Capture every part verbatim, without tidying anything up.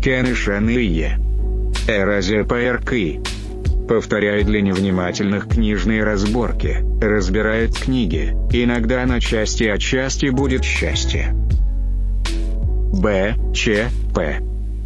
Кены Шаные. Эразия Пайрки. Повторяет для невнимательных книжные разборки, разбирает книги, иногда на части, а части будет счастье. Б. Ч. П.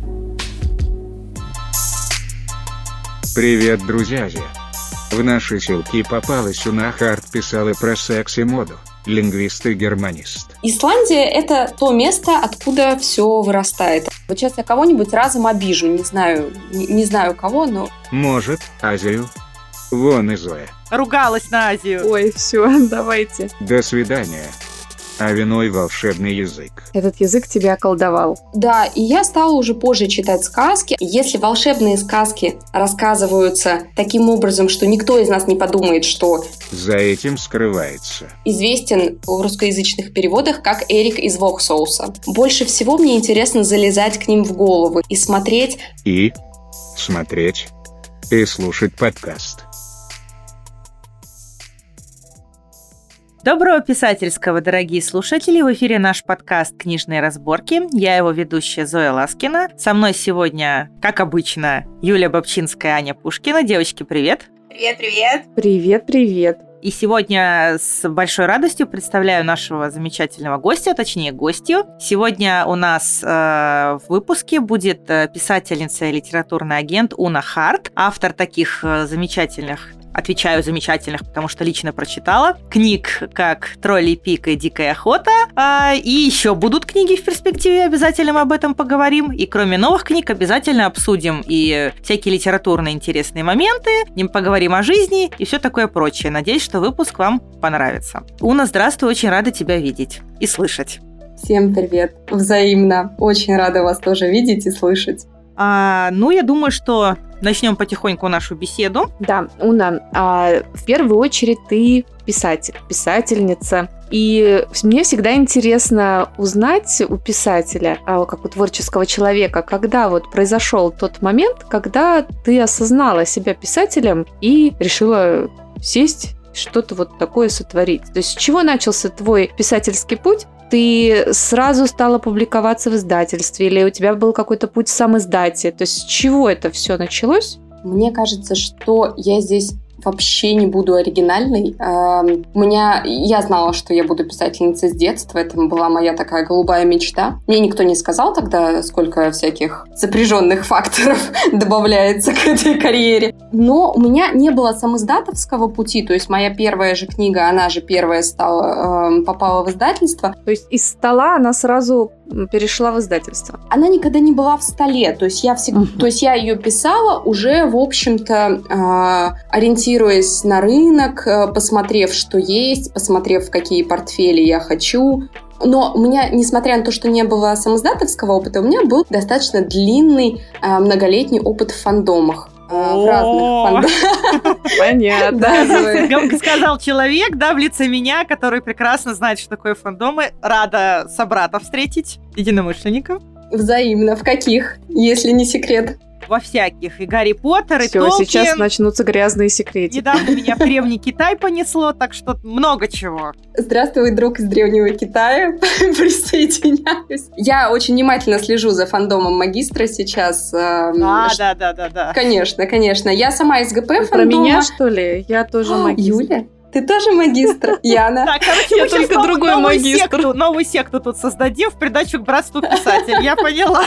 Привет, друзья! В наши селки попалась Уна Харт, писала про секс и моду. Лингвист и германист. Исландия – это то место, откуда все вырастает. Вот сейчас я кого-нибудь разом обижу, не знаю, не, не знаю кого, но... Может, Азию? Вон и Зоя. Ругалась на Азию. Ой, все, давайте. До свидания. А виной волшебный язык. Этот язык тебя околдовал. Да, и я стала уже позже читать сказки. Если волшебные сказки рассказываются таким образом, что никто из нас не подумает, что... За этим скрывается. Известен в русскоязычных переводах как Эрик из Вохсоуса. Больше всего мне интересно залезать к ним в головы и смотреть... И смотреть, и слушать подкаст. Доброго писательского, дорогие слушатели! В эфире наш подкаст «Книжные разборки». Я его ведущая Зоя Ласкина. Со мной сегодня, как обычно, Юлия Бобчинская, Аня Пушкина. Девочки, привет! Привет-привет! Привет-привет! И сегодня с большой радостью представляю нашего замечательного гостя, точнее гостью. Сегодня у нас э, в выпуске будет писательница и литературный агент Уна Харт, автор таких э, замечательных, отвечаю замечательных, потому что лично прочитала, книг как «Тролли Пик» и «Дикая охота». А, и еще будут книги в перспективе, обязательно мы об этом поговорим. И кроме новых книг обязательно обсудим и всякие литературные интересные моменты, не поговорим о жизни и все такое прочее. Надеюсь, что выпуск вам понравится. Уна, здравствуй, очень рада тебя видеть и слышать. Всем привет, взаимно. Очень рада вас тоже видеть и слышать. А, ну, я думаю, что начнем потихоньку нашу беседу. Да, Уна, а, в первую очередь ты писатель, писательница. И мне всегда интересно узнать у писателя, как у творческого человека, когда вот произошел тот момент, когда ты осознала себя писателем и решила сесть, что-то вот такое сотворить. То есть с чего начался твой писательский путь? Ты сразу стала публиковаться в издательстве или у тебя был какой-то путь в самиздате? То есть с чего это все началось? Мне кажется, что я здесь вообще не буду оригинальной. У меня... Я знала, что я буду писательницей с детства. Это была моя такая голубая мечта. Мне никто не сказал тогда, сколько всяких запряженных факторов добавляется к этой карьере. Но у меня не было самиздатовского пути. То есть моя первая же книга, она же первая стала, попала в издательство. То есть из стола она сразу перешла в издательство? Она никогда не была в столе. То есть я, всегда... uh-huh. То есть я ее писала уже, в общем-то, ориентируясь на рынок, посмотрев, что есть, посмотрев, какие портфели я хочу. Но у меня, несмотря на то, что не было самиздатовского опыта, у меня был достаточно длинный многолетний опыт в фандомах. В разных фандомах. Понятно. Сказал человек, да, в лице меня, который прекрасно знает, что такое фандомы. Рада собрата встретить, единомышленников. Взаимно. В каких, если не секрет? Во всяких. И Гарри Поттер, и Всё, Толкин. Сейчас начнутся грязные секреты. Недавно меня в Древний Китай понесло, так что много чего. Здравствуй, друг из Древнего Китая. Присоединяюсь. Я очень внимательно слежу за фандомом магистра сейчас. Да, да, да, да, да. Конечно, конечно. Я сама из ГП фандома. Про меня, что ли? Я тоже магистр. Юля? Ты тоже магистр, Яна? Так, короче, я мы только сейчас другой новую магистр. Секту, новую секту тут создадим в придачу к братству писателей. Я поняла.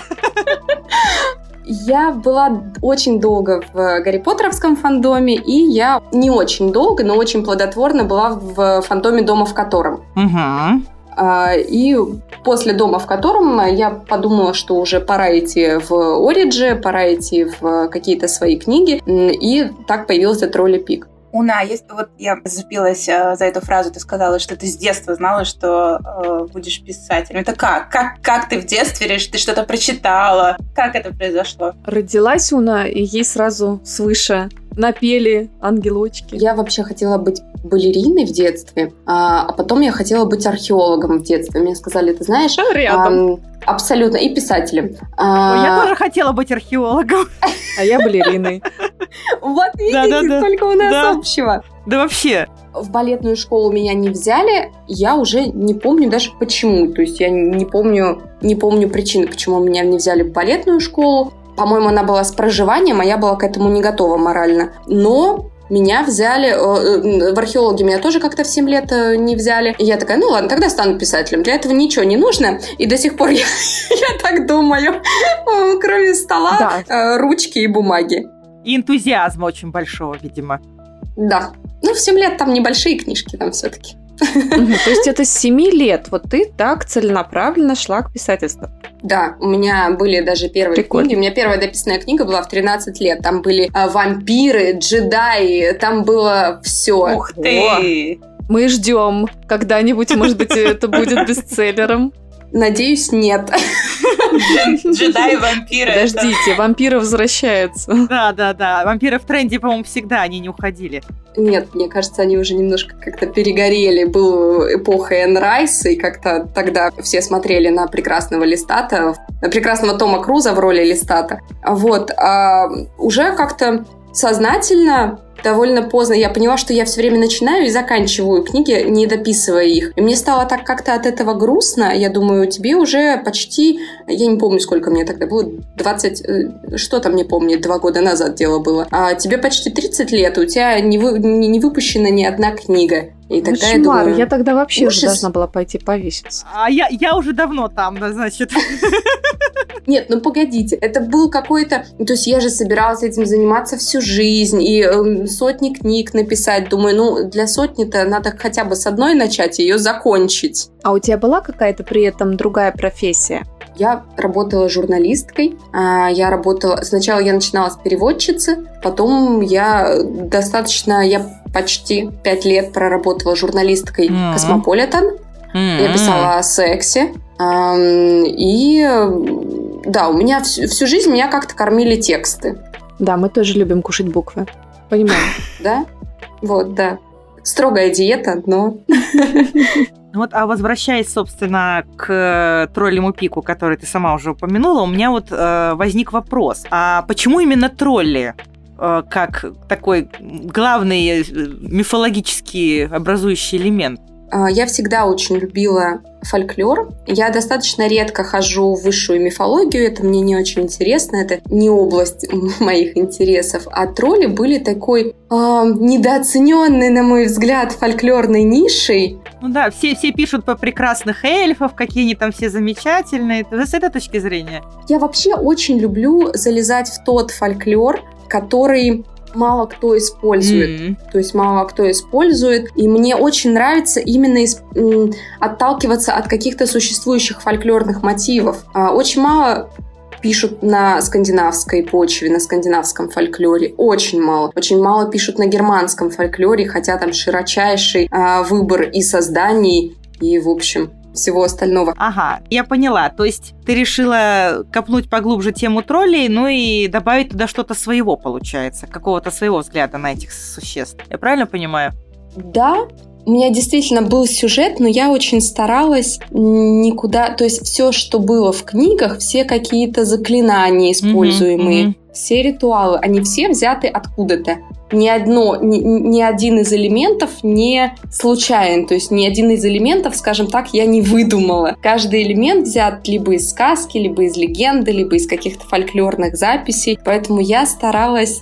Я была очень долго в Гарри Поттеровском фандоме, и я не очень долго, но очень плодотворно была в фандоме «Дома в котором». Угу. И после «Дома в котором» я подумала, что уже пора идти в Оридже, пора идти в какие-то свои книги, и так появился «Тролли Пик». Уна, если вот я зацепилась э, за эту фразу, ты сказала, что ты с детства знала, что э, будешь писателем. Это как? как? Как ты в детстве решила? Ты что-то прочитала? Как это произошло? Родилась Уна, и ей сразу свыше напели ангелочки. Я вообще хотела быть балериной в детстве, а, а потом я хотела быть археологом в детстве. Мне сказали, ты знаешь... Рядом. А, абсолютно. И писателем. А... Я тоже хотела быть археологом. А я балериной. Вот видите, сколько у нас общего. Да вообще. В балетную школу меня не взяли, я уже не помню даже почему. То есть я не помню, не помню причины, почему меня не взяли в балетную школу. По-моему, она была с проживанием, а я была к этому не готова морально. Но меня взяли, в археологи меня тоже как-то в семь лет не взяли. И я такая, ну ладно, тогда стану писателем. Для этого ничего не нужно. И до сих пор я, я так думаю, кроме стола, да. ручки и бумаги. И энтузиазма очень большого, видимо. Да. Ну, в семь лет там небольшие книжки там все-таки. То есть это с семи лет вот ты так целенаправленно шла к писательству? Да, у меня были даже первые Прикольно. книги. У меня первая дописанная книга была в тринадцать лет. Там были а, вампиры, джедаи, там было все. Ух ты! Мы ждем. Когда-нибудь, может быть, это будет бестселлером. Надеюсь, нет. Джедаи-вампиры. Подождите, вампиры возвращаются. Да, да, да. Вампиры в тренде, по-моему, всегда, они не уходили. Нет, мне кажется, они уже немножко как-то перегорели. Была эпоха Энн Райс, и как-то тогда все смотрели на прекрасного Лестата, на прекрасного Тома Круза в роли Лестата. Вот. А уже как-то сознательно довольно поздно я поняла, что я все время начинаю и заканчиваю книги, не дописывая их. И мне стало так как-то от этого грустно. Я думаю, тебе уже почти... Я не помню, сколько мне тогда было. двадцать... Что там, не помню, два года назад дело было. А тебе почти тридцать лет, у тебя не, вы, не, не выпущена ни одна книга. И тогда ну, я думаю... Я тогда вообще уже должна была пойти повеситься. А я, я уже давно там, да, значит... Нет, ну погодите, это был какой-то... То есть я же собиралась этим заниматься всю жизнь, и э, сотни книг написать. Думаю, ну, для сотни-то надо хотя бы с одной начать, ее закончить. А у тебя была какая-то при этом другая профессия? Я работала журналисткой. Я работала... Сначала я начинала с переводчицы, потом я достаточно... Я почти пять лет проработала журналисткой mm-hmm. «Космополитен». Mm-hmm. Я писала о сексе. И да, у меня всю, всю жизнь меня как-то кормили тексты. Да, мы тоже любим кушать буквы. Понимаю. Да? Вот, да. Строгая диета, но... Вот, а возвращаясь, собственно, к троллему пику, который ты сама уже упомянула, у меня вот э, возник вопрос. А почему именно тролли? Э, как такой главный мифологический образующий элемент? Я всегда очень любила фольклор. Я достаточно редко хожу в высшую мифологию, это мне не очень интересно, это не область моих интересов. А тролли были такой э, недооцененной, на мой взгляд, фольклорной нишей. Ну да, все, все пишут про прекрасных эльфов, какие они там все замечательные. С этой точки зрения. Я вообще очень люблю залезать в тот фольклор, который... мало кто использует. Mm-hmm. То есть мало кто использует. И мне очень нравится именно из, м, отталкиваться от каких-то существующих фольклорных мотивов. А, очень мало пишут на скандинавской почве, на скандинавском фольклоре. Очень мало. Очень мало пишут на германском фольклоре, хотя там широчайший а, выбор и созданий, и, в общем... всего остального. Ага, я поняла. То есть ты решила копнуть поглубже тему троллей, ну и добавить туда что-то своего, получается, какого-то своего взгляда на этих существ. Я правильно понимаю? Да, у меня действительно был сюжет, но я очень старалась никуда... То есть все, что было в книгах, все какие-то заклинания используемые, mm-hmm, mm-hmm. все ритуалы, они все взяты откуда-то. Ни одно, ни, ни один из элементов не случайен, то есть ни один из элементов, скажем так, я не выдумала. Каждый элемент взят либо из сказки, либо из легенды, либо из каких-то фольклорных записей, поэтому я старалась,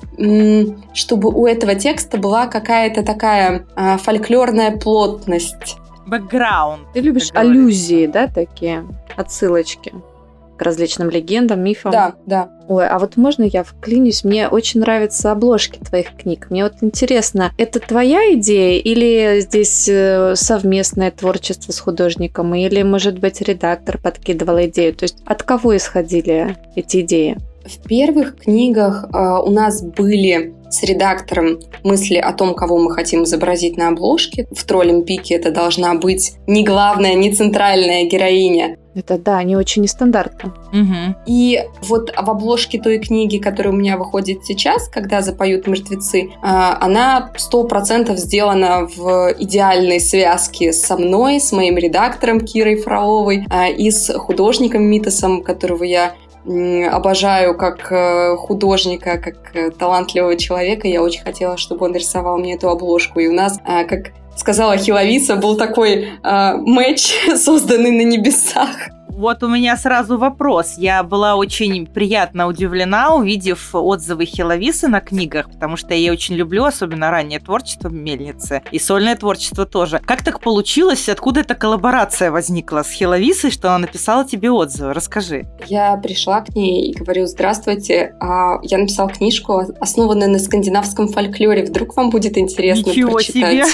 чтобы у этого текста была какая-то такая а, фольклорная плотность. Бэкграунд. Ты любишь аллюзии, да, такие отсылочки к различным легендам, мифам? Да, да. Ой, а вот можно я вклинюсь? Мне очень нравятся обложки твоих книг. Мне вот интересно, это твоя идея или здесь совместное творчество с художником? Или, может быть, редактор подкидывал идею? То есть от кого исходили эти идеи? В первых книгах э, у нас были с редактором мысли о том, кого мы хотим изобразить на обложке. В «Троллем пике» это должна быть не главная, не центральная героиня. Это да, не очень нестандартно. Угу. И вот в обложке той книги, которая у меня выходит сейчас, «Когда запоют мертвецы», она сто процентов сделана в идеальной связке со мной, с моим редактором Кирой Фроловой и с художником Митасом, которого я обожаю как художника, как талантливого человека. Я очень хотела, чтобы он рисовал мне эту обложку. И у нас, как сказала Хиловица, был такой матч, созданный на небесах. Вот у меня сразу вопрос. Я была очень приятно удивлена, увидев отзывы Хиловисы на книгах, потому что я ее очень люблю, особенно раннее творчество Мельницы, и сольное творчество тоже. Как так получилось? Откуда эта коллаборация возникла с Хиловисой, что она написала тебе отзывы? Расскажи. Я пришла к ней и говорю: здравствуйте, я написала книжку, основанную на скандинавском фольклоре. Вдруг вам будет интересно Ничего прочитать? Себе.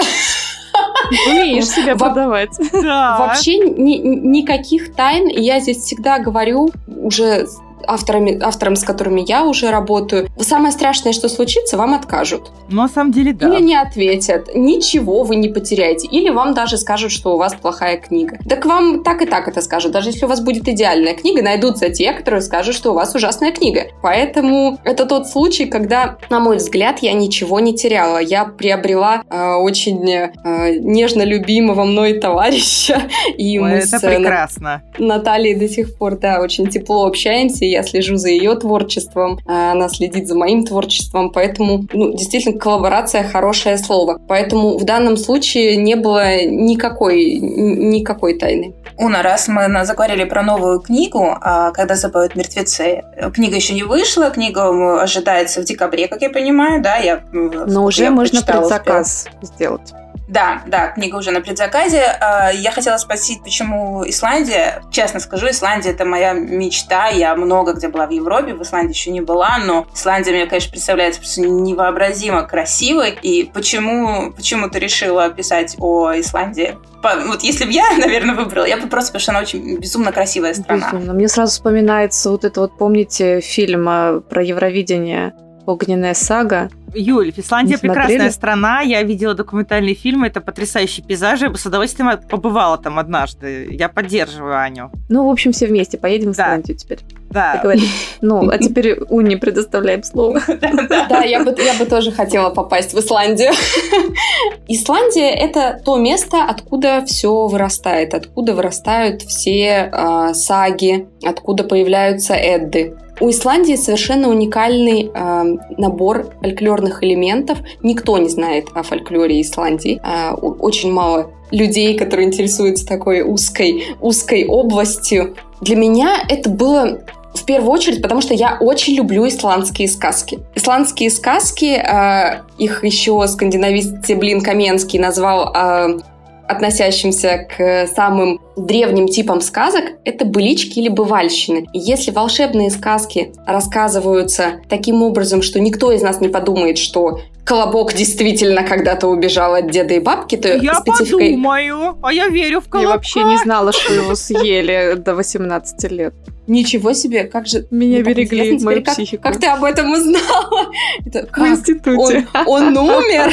Умеешь себя продавать. Да. Вообще ни, никаких тайн. И я здесь всегда говорю уже авторами, авторам, с которыми я уже работаю: самое страшное, что случится, вам откажут. Ну, на самом деле, да. Или не ответят. Ничего вы не потеряете. Или вам даже скажут, что у вас плохая книга. Так вам так и так это скажут. Даже если у вас будет идеальная книга, найдутся те, которые скажут, что у вас ужасная книга. Поэтому это тот случай, когда, на мой взгляд, я ничего не теряла. Я приобрела э, очень э, нежно любимого мной товарища. И Ой, мы это с прекрасно. Натальей до сих пор, да, очень тепло общаемся. Я слежу за ее творчеством, она следит за моим творчеством, поэтому, ну, действительно, коллаборация – хорошее слово. Поэтому в данном случае не было никакой, никакой тайны. Уна, раз мы заговорили про новую книгу «Когда забывают мертвецы», книга еще не вышла, книга ожидается в декабре, как я понимаю, да? Я, Но уже я можно предзаказ успела. сделать. Да, да, книга уже на предзаказе. Я хотела спросить, почему Исландия? Честно скажу, Исландия – это моя мечта. Я много где была в Европе, в Исландии еще не была, но Исландия мне, конечно, представляется просто невообразимо красивой. И почему, почему ты решила писать о Исландии? Вот если бы я, наверное, выбрала, я бы просто, потому что она очень безумно красивая страна. Безумно. Мне сразу вспоминается вот это вот, помните, фильм про Евровидение «Огненная сага». Юль, Исландия Не прекрасная смотрели? страна. Я видела документальные фильмы, это потрясающие пейзажи. Я бы с удовольствием побывала там однажды. Я поддерживаю Аню. Ну, в общем, все вместе поедем в Да. Исландию теперь. Да. Договорились. Ну, а теперь Уне предоставляем слово. Да, я бы, я бы тоже хотела попасть в Исландию. Исландия – это то место, откуда все вырастает, откуда вырастают все э, саги, откуда появляются Эдды. У Исландии совершенно уникальный э, набор фольклорных элементов. Никто не знает о фольклоре Исландии. Э, очень мало людей, которые интересуются такой узкой, узкой областью. Для меня это было в первую очередь, потому что я очень люблю исландские сказки. Исландские сказки, э, их еще скандинавист Блин Каменский назвал э, относящимся к самым древним типам сказок, это былички или бывальщины. И если волшебные сказки рассказываются таким образом, что никто из нас не подумает, что Колобок действительно когда-то убежал от деда и бабки, то Я спецификой... подумаю, а я верю в Колобка. Я вообще не знала, что его съели до восемнадцати лет. Ничего себе, как же... Меня Мне так берегли, интересно мою теперь, как, психику. как ты об этом узнала? Это В как? институте. Он, он умер?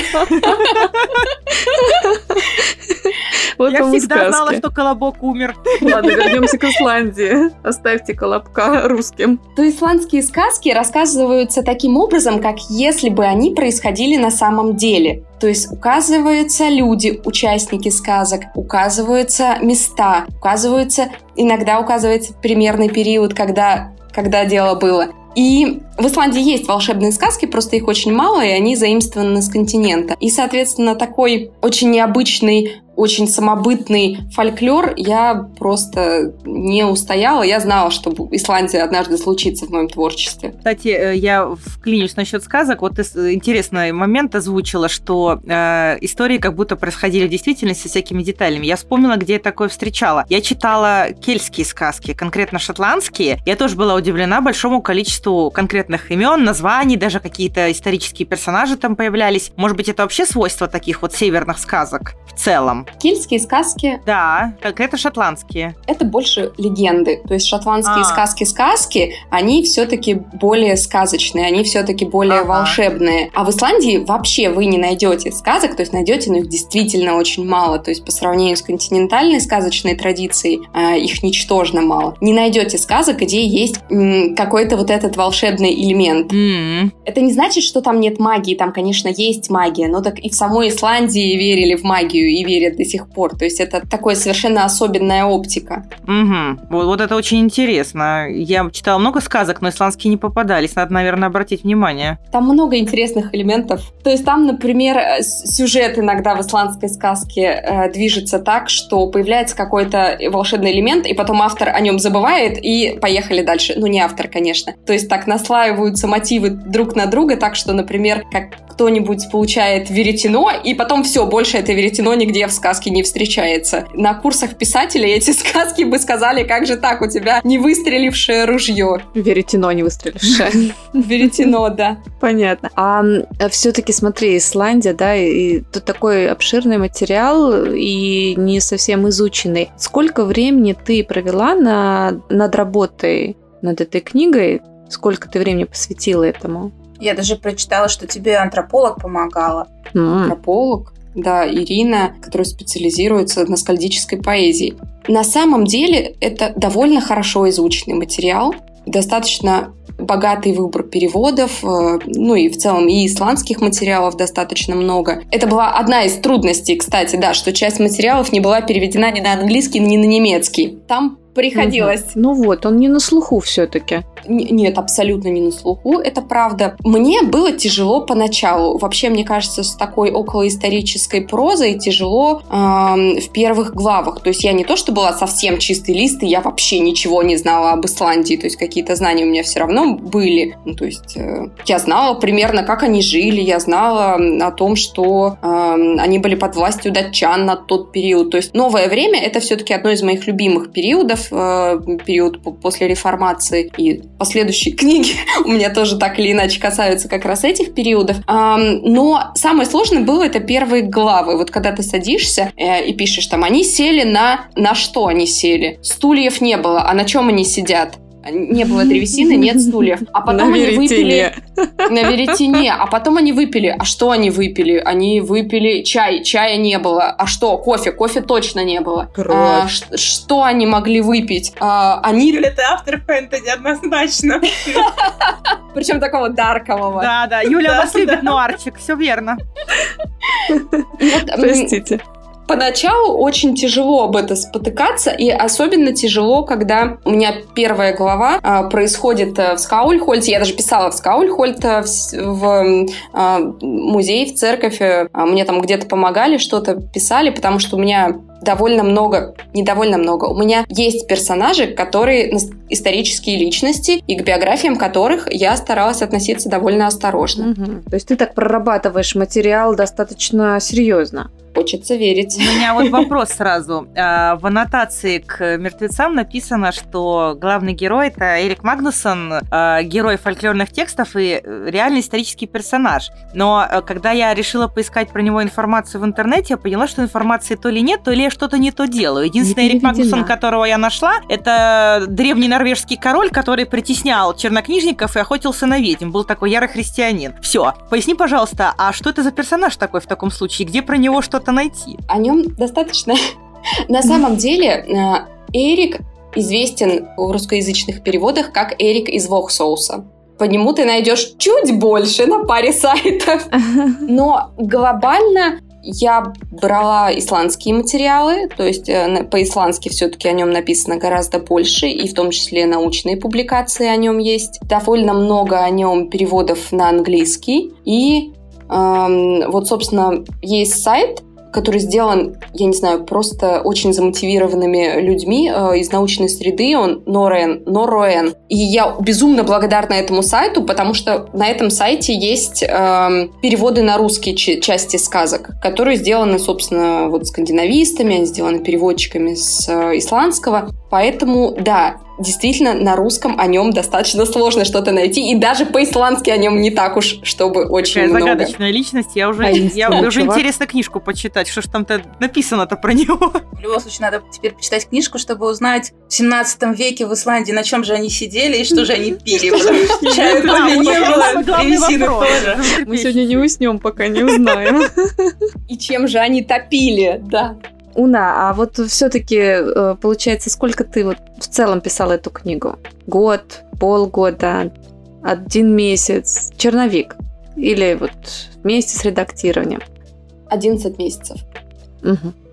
Вот Я вам и всегда сказки. знала, что Колобок умер. Ладно, вернемся к Исландии. Оставьте Колобка русским. То исландские сказки рассказываются таким образом, как если бы они происходили на самом деле. То есть указываются люди, участники сказок, указываются места, указываются, иногда указывается примерный период, когда, когда дело было. И в Исландии есть волшебные сказки, просто их очень мало, и они заимствованы с континента. И, соответственно, такой очень необычный, очень самобытный фольклор я просто не устояла. Я знала, что Исландия однажды случится в моем творчестве. Кстати, я вклинюсь насчет сказок. Вот интересный момент озвучила, что э, истории как будто происходили в действительности с всякими деталями. Я вспомнила, где я такое встречала. Я читала кельтские сказки, конкретно шотландские. Я тоже была удивлена большому количеству конкретных имен, названий, даже какие-то исторические персонажи там появлялись. Может быть, это вообще свойство таких вот северных сказок в целом? Кельтские сказки Да, конкретно шотландские. — это больше легенды. То есть шотландские А. сказки-сказки, они все-таки более сказочные, они все-таки более Ага. волшебные. А в Исландии вообще вы не найдете сказок, то есть найдете, но их действительно очень мало. То есть по сравнению с континентальной сказочной традицией э, их ничтожно мало. Не найдете сказок, где есть м, какой-то вот этот волшебный элемент. М-м. Это не значит, что там нет магии, там, конечно, есть магия, но так и в самой Исландии верили в магию и верят работает до сих пор. То есть это такое совершенно особенная оптика. Угу. Вот, вот это очень интересно. Я читала много сказок, но исландские не попадались. Надо, наверное, обратить внимание. Там много интересных элементов. То есть там, например, сюжет иногда в исландской сказке э, движется так, что появляется какой-то волшебный элемент, и потом автор о нем забывает, и поехали дальше. Ну, не автор, конечно. То есть так наслаиваются мотивы друг на друга, так что, например, как кто-нибудь получает веретено, и потом все, больше это веретено нигде в сказке не встречается. На курсах писателей эти сказки бы сказали, как же так, у тебя не выстрелившее ружье. Веретено не выстрелившее. Веретено, да. Понятно. А все-таки смотри, Исландия, да, и тут такой обширный материал и не совсем изученный. Сколько времени ты провела на, над работой над этой книгой? Сколько ты времени посвятила этому? Я даже прочитала, что тебе антрополог помогала. Mm. Антрополог? Да, Ирина, которая специализируется на скальдической поэзии. На самом деле это довольно хорошо изученный материал, достаточно богатый выбор переводов, ну и в целом и исландских материалов достаточно много. Это была одна из трудностей, кстати, да, что часть материалов не была переведена ни на английский, ни на немецкий. Там приходилось... Угу. Ну вот, он не на слуху все-таки. Нет, абсолютно не на слуху, это правда. Мне было тяжело поначалу. Вообще, мне кажется, с такой околоисторической прозой тяжело э, в первых главах. То есть я не то, что была совсем чистый лист, и я вообще ничего не знала об Исландии. То есть какие-то знания у меня все равно были. Ну, то есть э, я знала примерно, как они жили, я знала о том, что э, они были под властью датчан на тот период. То есть новое время — это все-таки одно из моих любимых периодов, э, период после реформации, и последующие книги у меня тоже так или иначе касаются как раз этих периодов. Но самое сложное было это первые главы. Вот когда ты садишься и пишешь там, они сели на... На что они сели? Стульев не было. А на чем они сидят? Не было древесины, нет стульев. А потом на они веретене. выпили... На веретене. А потом они выпили. А что они выпили? Они выпили чай. Чая не было. А что? Кофе. Кофе точно не было. А, ш- что они могли выпить? А, они... Юля, ты автор фэнтези, однозначно. Причем такого даркового. Да, да. Юля у нас любит нуарчик. Все верно. Простите. Поначалу очень тяжело об этом спотыкаться, и особенно тяжело, когда у меня первая глава а, происходит в Скаульхольте. Я даже писала в Скаульхольте, в, в а, музей, в церковь. А, мне там где-то помогали, что-то писали, потому что у меня довольно много, не довольно много, у меня есть персонажи, которые исторические личности, и к биографиям которых я старалась относиться довольно осторожно. Угу. То есть ты так прорабатываешь материал достаточно серьезно. Хочется верить. У меня вот вопрос сразу. В аннотации к «Мертвецам» написано, что главный герой – это Эрик Магнуссон, герой фольклорных текстов и реальный исторический персонаж. Но когда я решила поискать про него информацию в интернете, я поняла, что информации то ли нет, то ли я что-то не то делаю. Единственный Эрик Магнуссон, которого я нашла, это древний норвежский король, который притеснял чернокнижников и охотился на ведьм. Был такой ярый христианин. Все. Поясни, пожалуйста, а что это за персонаж такой в таком случае? Где про него что-то найти? О нем достаточно. На самом деле, Эрик известен в русскоязычных переводах как Эрик из Вохсоуса. По нему ты найдешь чуть больше на паре сайтов. Но глобально я брала исландские материалы, то есть по-исландски все-таки о нем написано гораздо больше, и в том числе научные публикации о нем есть. Довольно много о нем переводов на английский. И эм, вот, собственно, есть сайт, который сделан, я не знаю, просто очень замотивированными людьми э, из научной среды, он Норен, Нороен. И я безумно благодарна этому сайту, потому что на этом сайте есть э, переводы на русские ч- части сказок, которые сделаны, собственно, вот скандинавистами, они сделаны переводчиками с э, исландского. Поэтому, да, действительно, на русском о нем достаточно сложно что-то найти, и даже по-исландски о нем не так уж, чтобы очень Такая много. Загадочная личность, я уже, я уже интересно книжку почитать, что ж там-то написано-то про него. В любом случае, надо теперь почитать книжку, чтобы узнать в семнадцатом веке в Исландии, на чем же они сидели и что же они пили. Чаю кофе не было, древесины тоже. Мы сегодня не уснем, пока не узнаем. И чем же они топили, да. Уна, а вот все-таки, получается, сколько ты вот в целом писала эту книгу? Год, полгода, один месяц, черновик? Или вот вместе с редактированием? одиннадцать месяцев. Угу.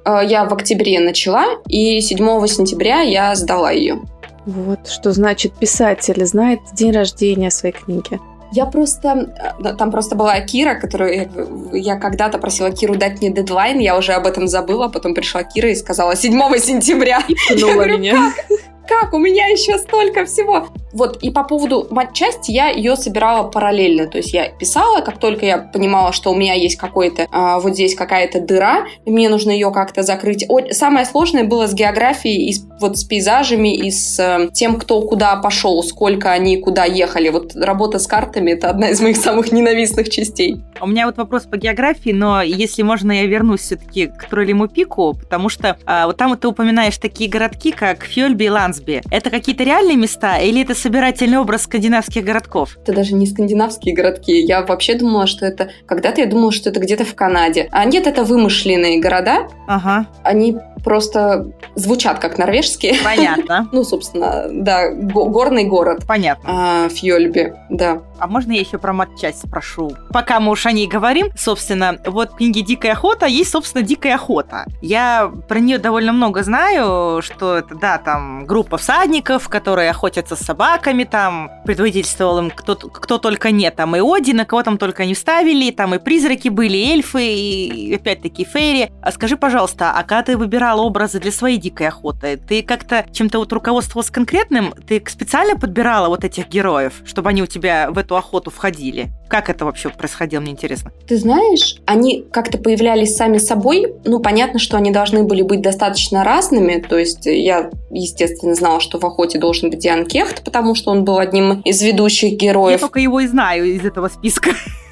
Я в октябре начала, и седьмого сентября я сдала ее. Вот, что значит писатель знает день рождения своей книги. Я просто... Там просто была Кира, которую... Я когда-то просила Киру дать мне дедлайн, я уже об этом забыла, потом пришла Кира и сказала седьмого сентября. И пнула меня. Как? У меня еще столько всего. Вот, и по поводу матчасти я ее собирала параллельно. То есть я писала, как только я понимала, что у меня есть какой-то, а, вот здесь какая-то дыра, и мне нужно ее как-то закрыть. О, самое сложное было с географией, и с, вот с пейзажами, и с э, тем, кто куда пошел, сколько они куда ехали. Вот работа с картами — это одна из моих самых ненавистных частей. У меня вот вопрос по географии, но если можно, я вернусь все-таки к Троллему пику, потому что а, вот там ты упоминаешь такие городки, как Фьёльби и Лансби. Это какие-то реальные места или это собирательный образ скандинавских городков? Это даже не скандинавские городки. Я вообще думала, что это... Когда-то я думала, что это где-то в Канаде. А нет, это вымышленные города. Ага. Они просто звучат как норвежские. Понятно. Ну, собственно, да, горный город. Понятно. Фьёльби, да. А можно я еще про матчасть спрошу? Пока мы уж о ней говорим, собственно, вот в книге «Дикая охота» есть, собственно, «Дикая охота». Я про нее довольно много знаю, что это, да, там, группа всадников, которые охотятся с собаками, там, предводительствовал им кто, кто только нет, там, и Один, и кого там только не вставили, там, и призраки были, и эльфы, и, опять-таки, фейри. А скажи, пожалуйста, а когда ты выбирала образы для своей «Дикой охоты», ты как-то чем-то вот руководствовалась конкретным? Ты специально подбирала вот этих героев, чтобы они у тебя в эту охоту входили? Как это вообще происходило, мне интересно. Ты знаешь, они как-то появлялись сами собой. Ну, понятно, что они должны были быть достаточно разными. То есть я, естественно, знала, что в охоте должен быть Ян Кехт, потому что он был одним из ведущих героев. Я только его и знаю из этого списка.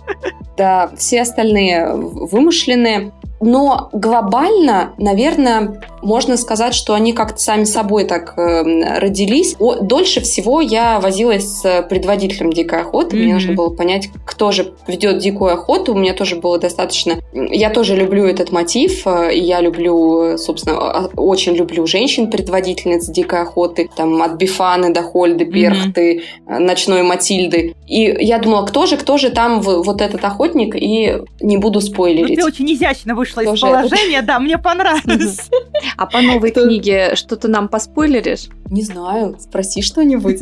Да, все остальные вымышленные. Но глобально, наверное, можно сказать, что они как-то сами собой так э, родились. О, дольше всего я возилась с предводителем дикой охоты. Mm-hmm. Мне нужно было понять, кто же ведет дикую охоту. У меня тоже было достаточно... Я тоже люблю этот мотив. И я люблю, собственно, очень люблю женщин-предводительниц дикой охоты. Там от Бифаны до Хольды, Перхты, mm-hmm. ночной Матильды. И я думала, кто же, кто же там вот этот охотник, и не буду спойлерить. Ну, ты очень изящно вышла из положения, да, мне понравилось. А по новой книге что-то нам поспойлеришь? Не знаю, спроси что-нибудь.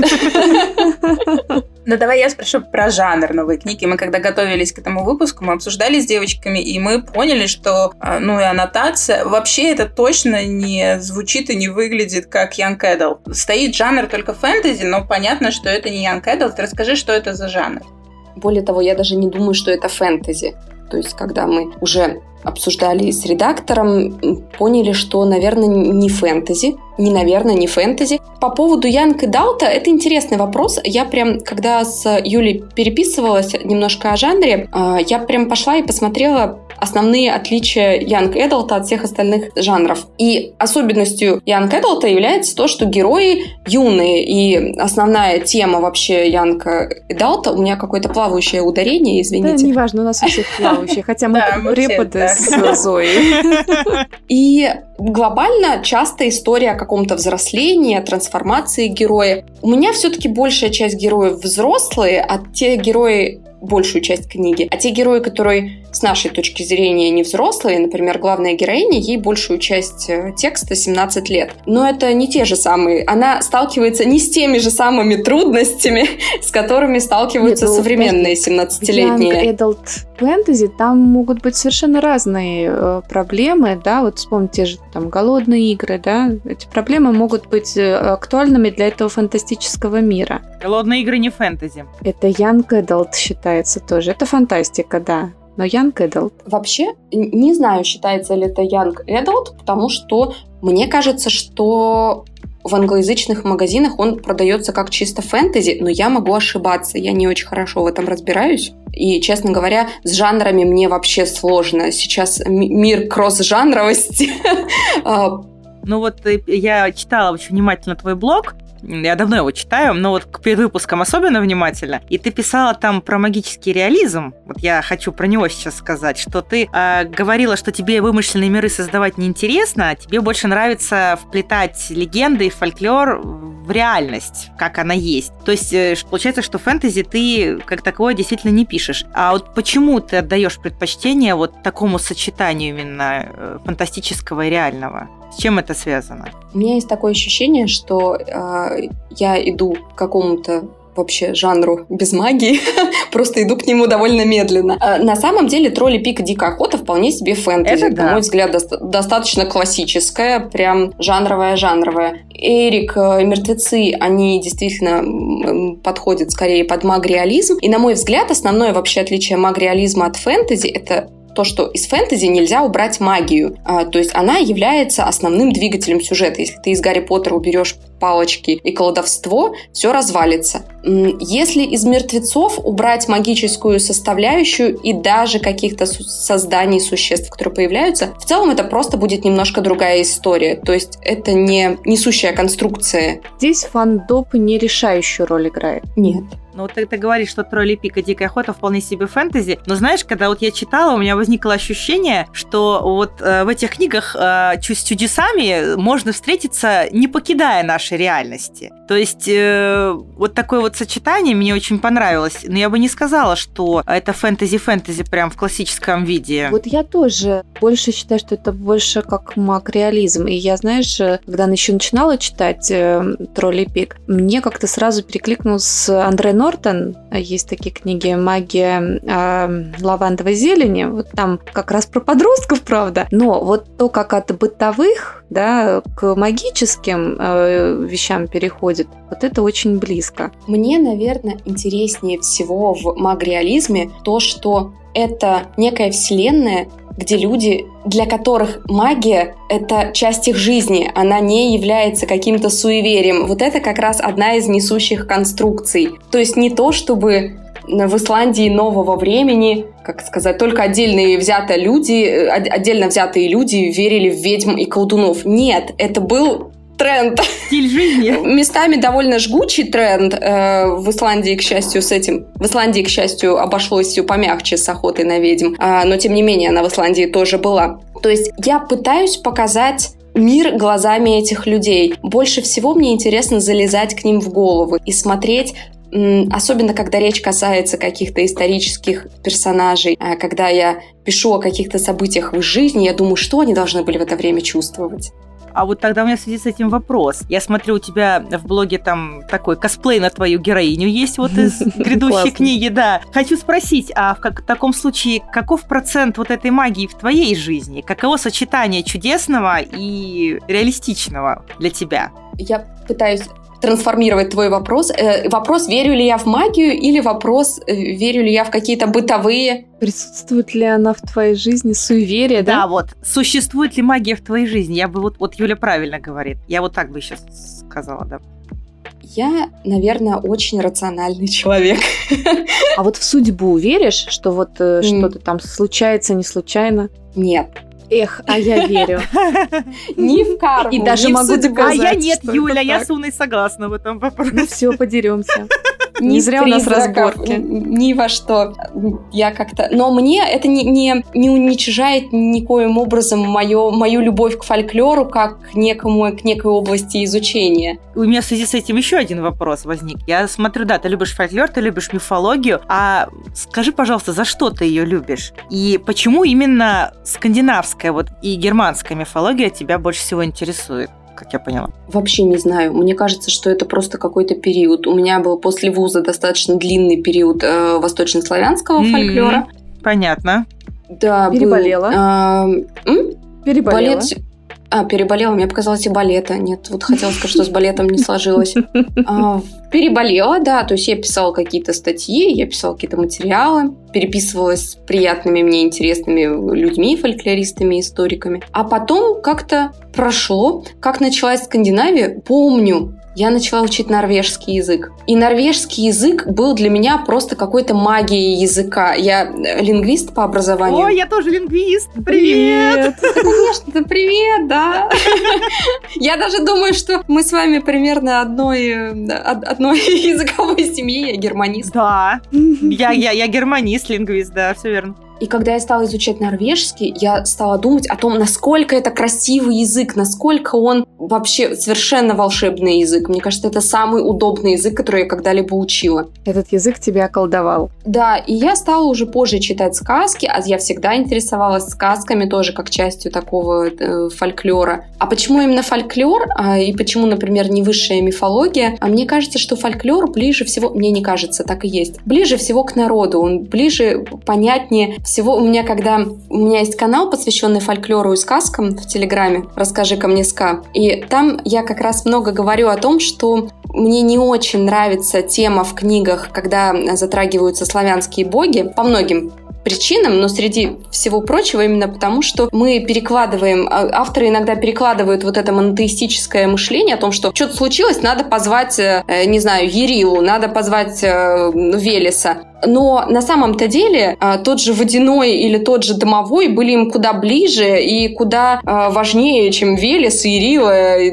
Ну, давай я спрошу про жанр новой книги. Мы, когда готовились к этому выпуску, мы обсуждали с девочками, и мы поняли, что, ну, и аннотация, вообще это точно не звучит и не выглядит как young adult. Стоит жанр только фэнтези, но понятно, что это не young adult. Расскажи, что это за жанр. Более того, я даже не думаю, что это фэнтези. То есть, когда мы уже обсуждали с редактором, поняли, что, наверное, не фэнтези. Не, наверное, не фэнтези. По поводу Young Adult, это интересный вопрос. Я прям, когда с Юлей переписывалась немножко о жанре, я прям пошла и посмотрела основные отличия Young Adult от всех остальных жанров. И особенностью Young Adult является то, что герои юные. И основная тема вообще Young Adult, у меня какое-то плавающее ударение, извините. Да, неважно, у нас у всех плавающие, хотя мы преподы с Зоей. И глобально часто история о каком-то взрослении, о трансформации героя. У меня все-таки большая часть героев взрослые, а те герои, большую часть книги, а те герои, которые с нашей точки зрения не взрослые, например, главная героиня, ей большую часть текста семнадцать лет. Но это не те же самые. Она сталкивается не с теми же самыми трудностями, с которыми сталкиваются Нет, современные семнадцатилетние. Young Adult Fantasy, там могут быть совершенно разные э, проблемы, да, вот вспомните же там голодные игры, да, эти проблемы могут быть актуальными для этого фантастического мира. Голодные игры не фэнтези. Это Young Adult считается тоже. Это фантастика, да. Но Young Adult. Вообще, не знаю, считается ли это Young Adult, потому что мне кажется, что в англоязычных магазинах он продается как чисто фэнтези, но я могу ошибаться, я не очень хорошо в этом разбираюсь. И, честно говоря, с жанрами мне вообще сложно. Сейчас мир кросс-жанровости. Ну вот я читала очень внимательно твой блог, Я давно его читаю, но вот к предвыпускам особенно внимательно. И ты писала там про магический реализм. Вот я хочу про него сейчас сказать, что ты э, говорила, что тебе вымышленные миры создавать неинтересно, а тебе больше нравится вплетать легенды и фольклор в реальность, как она есть. То есть э, получается, что фэнтези ты как таковое действительно не пишешь. А вот почему ты отдаешь предпочтение вот такому сочетанию именно э, фантастического и реального? С чем это связано? У меня есть такое ощущение, что э, я иду к какому-то вообще жанру без магии, просто иду к нему довольно медленно. А на самом деле «Тролли Пик и Дикая охота» вполне себе фэнтези. Это да. На мой взгляд, до- достаточно классическая, прям жанровая-жанровая. Эрик и Мертвецы, они действительно подходят скорее под маг-реализм. И, на мой взгляд, основное вообще отличие маг-реализма от фэнтези – это то, что из фэнтези нельзя убрать магию. А, то есть она является основным двигателем сюжета. Если ты из Гарри Поттера уберешь палочки и колдовство, все развалится. Если из мертвецов убрать магическую составляющую и даже каких-то созданий, существ, которые появляются, в целом это просто будет немножко другая история. То есть это не несущая конструкция. Здесь фандоп не решающую роль играет. Нет. Ну, вот ты, ты говоришь, что «Тролли Пик» и «Дикая охота» вполне себе фэнтези, но знаешь, когда вот я читала, у меня возникло ощущение, что вот э, в этих книгах э, с чудесами можно встретиться, не покидая нашей реальности. То есть э, вот такое вот сочетание мне очень понравилось, но я бы не сказала, что это фэнтези-фэнтези прям в классическом виде. Вот я тоже больше считаю, что это больше как маг-реализм. И я, знаешь, когда еще начинала читать э, «Тролли Пик», мне как-то сразу перекликнул с Андре Нортон. Есть такие книги «Магия э, лавандовой зелени». Вот там как раз про подростков, правда. Но вот то, как от бытовых, да, к магическим э, вещам переходит, вот это очень близко. Мне, наверное, интереснее всего в маг-реализме то, что это некая вселенная, где люди, для которых магия — это часть их жизни, она не является каким-то суеверием. Вот это как раз одна из несущих конструкций. То есть не то, чтобы в Исландии нового времени, как сказать, только отдельные взятые люди, отдельно взятые люди верили в ведьм и колдунов. Нет, это был тренд. Стиль жизни. Местами довольно жгучий тренд. Э, в Исландии, к счастью, с этим... В Исландии, к счастью, обошлось все помягче с охотой на ведьм. А, но, тем не менее, она в Исландии тоже была. То есть я пытаюсь показать мир глазами этих людей. Больше всего мне интересно залезать к ним в головы и смотреть, особенно когда речь касается каких-то исторических персонажей, когда я пишу о каких-то событиях в их жизни, я думаю, что они должны были в это время чувствовать. А вот тогда у меня в связи с этим вопрос. Я смотрю, у тебя в блоге там такой косплей на твою героиню есть вот из грядущей книги, да. Хочу спросить, а в как, таком случае каков процент вот этой магии в твоей жизни? Каково сочетание чудесного и реалистичного для тебя? Я пытаюсь трансформировать твой вопрос. Э, вопрос, верю ли я в магию, или вопрос, э, верю ли я в какие-то бытовые... Присутствует ли она в твоей жизни, суеверие, да? Да, вот. Существует ли магия в твоей жизни? Я бы вот, вот Юля правильно говорит. Я вот так бы сейчас сказала, да. Я, наверное, очень рациональный человек. А вот в судьбу веришь, что вот э, Mm. что-то там случается, не случайно? Нет. Эх, а я верю. Ни в карму, И даже ни в могу судьбу. доказать, А я нет, что Юля, это я так. с Уной согласна в этом вопросе. Ну все, подеремся. Ни Не в зря у нас призраков, разборки. ни во что. Я как-то... Но мне это не, не, не уничижает никоим образом мою, мою любовь к фольклору как к, некому, к некой области изучения. У меня в связи с этим еще один вопрос возник. Я смотрю, да, ты любишь фольклор, ты любишь мифологию, а скажи, пожалуйста, за что ты ее любишь? И почему именно скандинавская вот и германская мифология тебя больше всего интересует? Как я поняла. Вообще не знаю. Мне кажется, что это просто какой-то период. У меня был после вуза достаточно длинный период э, восточнославянского М-м. фольклора. Понятно. Да, был, Переболела? э, м? Переболела. Балет... А, переболела. Мне показалось и балета. Нет, вот хотела сказать, что с балетом не сложилось. А, переболела, да. То есть я писала какие-то статьи, я писала какие-то материалы, переписывалась с приятными мне интересными людьми, фольклористами, историками. А потом как-то прошло, как началась Скандинавия. Помню, я начала учить норвежский язык. И норвежский язык был для меня просто какой-то магией языка. Я лингвист по образованию. Ой, я тоже лингвист! Привет! Да, конечно, да привет, да. Я даже думаю, что мы с вами примерно одной, одной языковой семьи. Я германист. Да, я, я, я германист, лингвист, да, все верно. И когда я стала изучать норвежский, я стала думать о том, насколько это красивый язык, насколько он вообще совершенно волшебный язык. Мне кажется, это самый удобный язык, который я когда-либо учила. Этот язык тебя околдовал. Да, и я стала уже позже читать сказки, а я всегда интересовалась сказками тоже как частью такого э, фольклора. А почему именно фольклор? А, и почему, например, не высшая мифология? А мне кажется, что фольклор ближе всего... Мне не кажется, так и есть. Ближе всего к народу. Он ближе, понятнее всего. У меня, когда... У меня есть канал, посвященный фольклору и сказкам в Телеграме «Расскажи-ка мне ска». И там я как раз много говорю о том, что мне не очень нравится тема в книгах, когда затрагиваются славянские боги, по многим причинам, но среди всего прочего именно потому, что мы перекладываем, авторы иногда перекладывают вот это монотеистическое мышление о том, что что-то случилось, надо позвать, не знаю, Ярилу, надо позвать Велеса. Но на самом-то деле тот же Водяной или тот же Домовой были им куда ближе и куда важнее, чем Велес, Ярила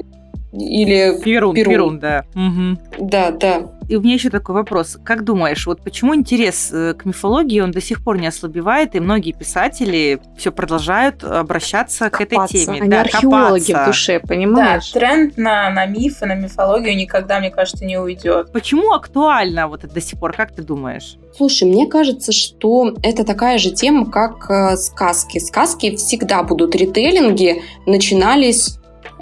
или Перун. Перун, Перун, да. Угу. Да, да. И у меня еще такой вопрос. Как думаешь, вот почему интерес к мифологии, он до сих пор не ослабевает, и многие писатели все продолжают обращаться копаться. к этой теме? Они да, археологи копаться. в душе, понимаешь? Да, тренд на, на мифы, на мифологию никогда, мне кажется, не уйдет. Почему актуально вот это до сих пор? Как ты думаешь? Слушай, мне кажется, что это такая же тема, как э, сказки. Сказки всегда будут. Ритейлинги начинались...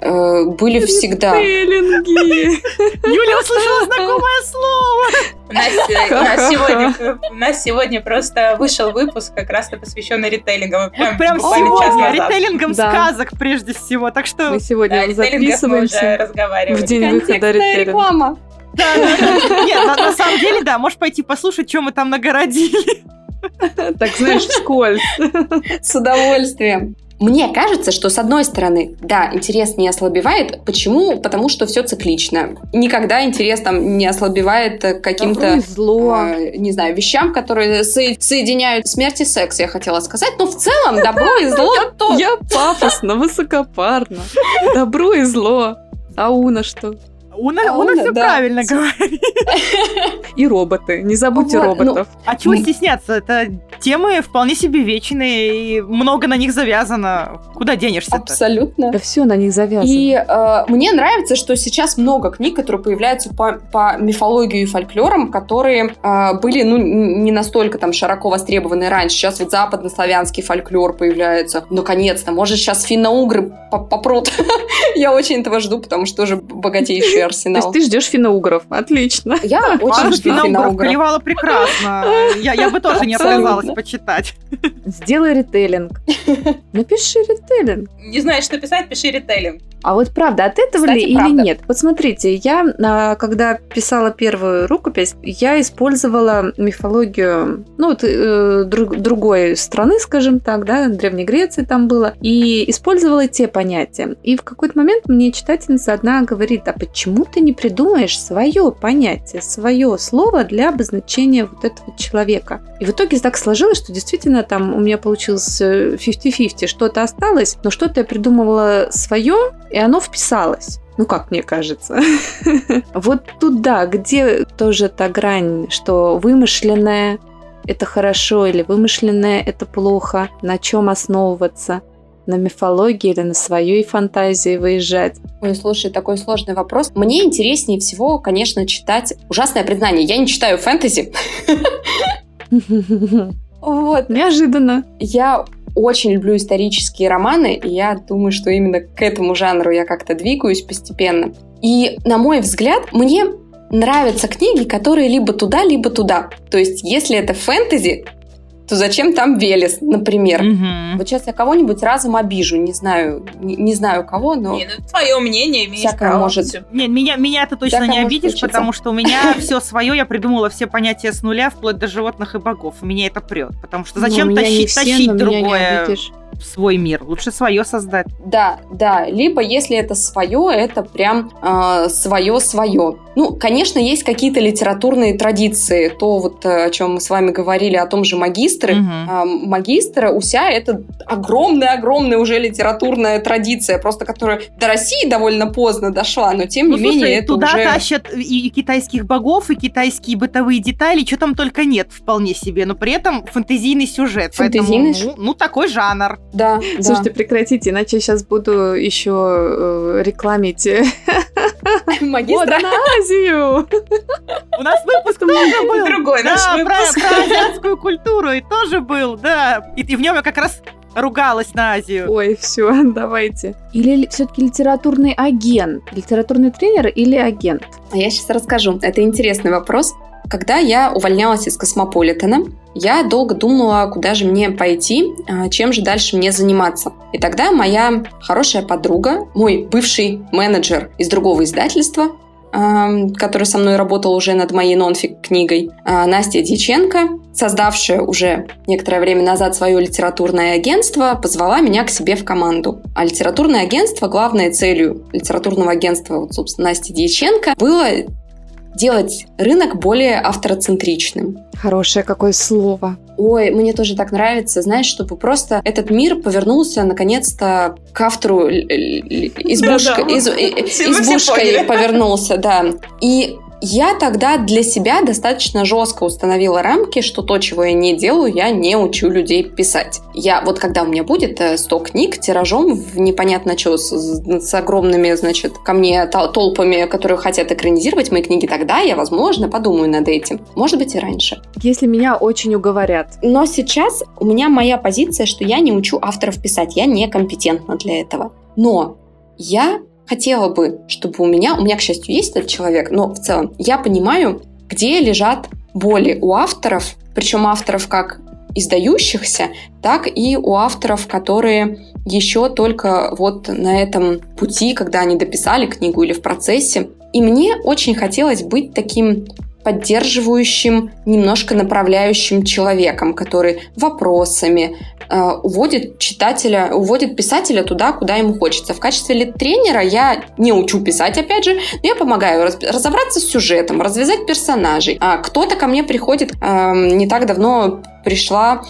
были всегда. Ритейлинги. Юля услышала знакомое слово. У нас, у, нас сегодня, у нас сегодня просто вышел выпуск, как раз посвященный ритейлингам. Прям, Прям сегодня ритейлингом да. сказок прежде всего. Так что мы сегодня да, записываемся в день выхода ритейлинга. Реклама. Да, да. Нет, на, на самом деле, да, можешь пойти послушать, что мы там нагородили. Так, знаешь, вскользь. С удовольствием. Мне кажется, что, с одной стороны, да, интерес не ослабевает. Почему? Потому что все циклично. Никогда интерес там не ослабевает к каким-то, зло. Э, не знаю, вещам, которые со- соединяют смерть и секс, я хотела сказать. Но в целом добро и зло то... Я пафосно, высокопарно. Добро и зло. А Уна что? Уна, А Уна Уна, все да. правильно говорит. И роботы. Не забудьте Вот, роботов. А чего стесняться? Это темы вполне себе вечные, и много на них завязано. Куда денешься-то? Абсолютно. Да все на них завязано. И э, мне нравится, что сейчас много книг, которые появляются по, по мифологии и фольклорам, которые э, были, ну, не настолько там широко востребованы раньше. Сейчас вот западнославянский фольклор появляется. Наконец-то. Может, сейчас финно-угры попрут. Я очень этого жду, потому что тоже богатейший арсенал. То есть ты ждешь финно-угров. Отлично. Я очень жду финно-угров финно-угров. поливала прекрасно. Я, я бы тоже не отказалась почитать. Сделай ритейлинг. Напиши ритейлинг. Не знаешь, что писать, пиши ритейлинг. А вот правда, от этого Кстати, ли или правда. нет? Вот смотрите, я, а, когда писала первую рукопись, я использовала мифологию, ну, вот, э, друг, другой страны, скажем так, да, Древней Греции там было, и использовала те понятия. И в какой-то момент мне читательница одна говорит, а почему ты не придумаешь свое понятие, свое слово для обозначения вот этого человека? И в итоге так сложилось, что действительно там у меня получилось пятьдесят на пятьдесят, что-то осталось, но что-то я придумывала свое, и оно вписалось. Ну, как мне кажется. Вот туда, где тоже та грань, что вымышленное – это хорошо или вымышленное – это плохо, на чем основываться, на мифологии или на своей фантазии выезжать. Ой, слушай, такой сложный вопрос. Мне интереснее всего, конечно, читать... Ужасное признание, я не читаю фэнтези. Вот. Неожиданно. Я очень люблю исторические романы, и я думаю, что именно к этому жанру я как-то двигаюсь постепенно. И, на мой взгляд, мне нравятся книги, которые либо туда, либо туда. То есть, если это фэнтези, то зачем там Велес, например? Мгм. Вот сейчас я кого-нибудь разом обижу, не знаю, не, не знаю кого, но... Не, ну, твое мнение имеешь Всякое право. может. Всё. Нет, меня, меня ты точно Всякое не может обидишь, случиться. потому что у меня все свое, я придумала все понятия с нуля, вплоть до животных и богов. И меня это прет. Потому что зачем Ну, меня не тащить, все, тащить но меня не другое обидишь. свой мир, лучше свое создать. Да, да, либо если это свое, это прям э, свое-свое. Ну, конечно, есть какие-то литературные традиции, то вот о чем мы с вами говорили, о том же магистре. Угу. Э, магистра Уся — это огромная-огромная уже литературная традиция, просто которая до России довольно поздно дошла, но тем ну, не слушай, менее это туда уже... тащат и китайских богов, и китайские бытовые детали, что там только нет вполне себе, но при этом фэнтезийный сюжет. Фэнтезийный Поэтому, ну, ну, такой жанр. Да, Слушайте, да. прекратите, иначе я сейчас буду еще э, рекламить Магистра. на Азию. У нас выпуск тоже был. Другой наш Да, про, выпуск. про азиатскую культуру и тоже был, да. И, и в нем я как раз ругалась на Азию. Ой, все, давайте. Или все-таки литературный агент? Литературный тренер или агент? А я сейчас расскажу. Это интересный вопрос. Когда я увольнялась из Космополитена, я долго думала, куда же мне пойти, чем же дальше мне заниматься. И тогда моя хорошая подруга, мой бывший менеджер из другого издательства, который со мной работал уже над моей нонфик-книгой, Настя Дьяченко, создавшая уже некоторое время назад свое литературное агентство, позвала меня к себе в команду. А литературное агентство, главной целью литературного агентства, вот, собственно, Насти Дьяченко, было делать рынок более автороцентричным. Хорошее какое слово. Ой, мне тоже так нравится, знаешь, чтобы просто этот мир повернулся наконец-то к автору избушка, Да, да. из- Мы все избушкой поняли. повернулся, да. И я тогда для себя достаточно жестко установила рамки, что то, чего я не делаю, я не учу людей писать. Я вот когда у меня будет сто книг тиражом в непонятно что, с, с огромными, значит, ко мне толпами, которые хотят экранизировать мои книги, тогда я, возможно, подумаю над этим. Может быть, и раньше. Если меня очень уговорят. Но сейчас у меня моя позиция, что я не учу авторов писать, я некомпетентна для этого. Но я хотела бы, чтобы у меня, у меня, к счастью, есть этот человек, но в целом я понимаю, где лежат боли у авторов, причем авторов как издающихся, так и у авторов, которые еще только вот на этом пути, когда они дописали книгу или в процессе. И мне очень хотелось быть таким поддерживающим, немножко направляющим человеком, который вопросами э, уводит читателя, уводит писателя туда, куда ему хочется. В качестве лид-тренера я не учу писать, опять же, но я помогаю раз, разобраться с сюжетом, развязать персонажей. А кто-то ко мне приходит, э, не так давно пришла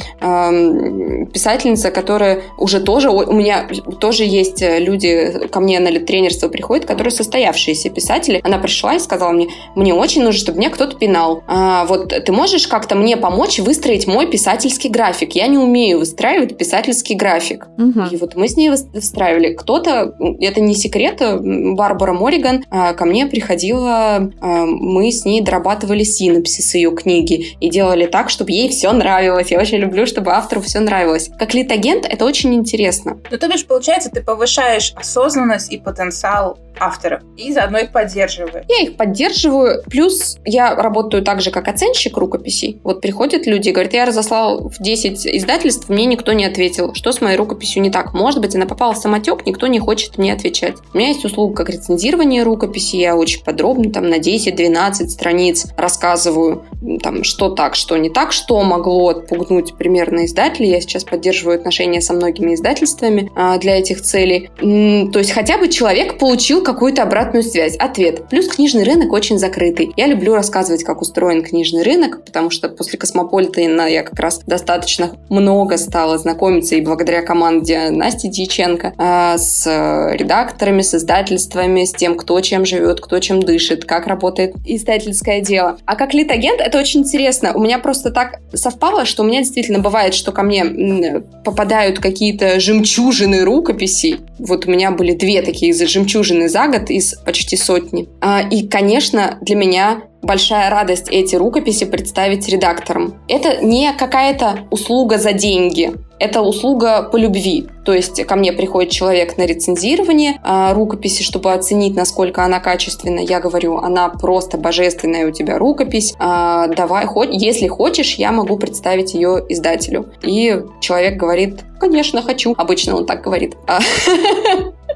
э, писательница, которая уже тоже, у меня тоже есть люди, ко мне на лид-тренерство приходят, которые состоявшиеся писатели. Она пришла и сказала мне, мне очень нужно, чтобы мне кто-то пинал. А, вот ты можешь как-то мне помочь выстроить мой писательский график? Я не умею выстраивать писательский график. Угу. И вот мы с ней выстраивали. Кто-то, это не секрет, Барбара Морриган а, ко мне приходила, а, мы с ней дорабатывали синопсис ее книги и делали так, чтобы ей все нравилось. Я очень люблю, чтобы автору все нравилось. Как лид-агент это очень интересно. Ну, то бишь, получается, ты повышаешь осознанность и потенциал авторов, и заодно их поддерживаешь. Я их поддерживаю. Плюс я работаю так же, как оценщик рукописей. Вот приходят люди и говорят, я разослал в десять издательств, мне никто не ответил. Что с моей рукописью не так? Может быть, она попала в самотек, никто не хочет мне отвечать. У меня есть услуга как рецензирование рукописи, я очень подробно там на десять-двенадцать страниц рассказываю, там, что так, что не так, что могло отпугнуть примерно издателей. Я сейчас поддерживаю отношения со многими издательствами а, для этих целей. М, то есть хотя бы человек получил какую-то обратную связь, ответ. Плюс книжный рынок очень закрытый. Я люблю рассказывать, как устроен книжный рынок, потому что после Космополитена я как раз достаточно много стала знакомиться и благодаря команде Насти Дьяченко а, с редакторами, с издательствами, с тем, кто чем живет, кто чем дышит, как работает издательское дело. А как лид-агент это очень интересно. У меня просто так совпало, что у меня действительно бывает, что ко мне попадают какие-то жемчужины рукописей. Вот у меня были две такие жемчужины за год из почти сотни. И, конечно, для меня большая радость эти рукописи представить редакторам. Это не какая-то услуга за деньги. Это услуга по любви. То есть ко мне приходит человек на рецензирование а, рукописи, чтобы оценить, насколько она качественная. Я говорю, она просто божественная у тебя рукопись. А, давай, хоть, если хочешь, я могу представить ее издателю. И человек говорит, конечно, хочу. Обычно он так говорит.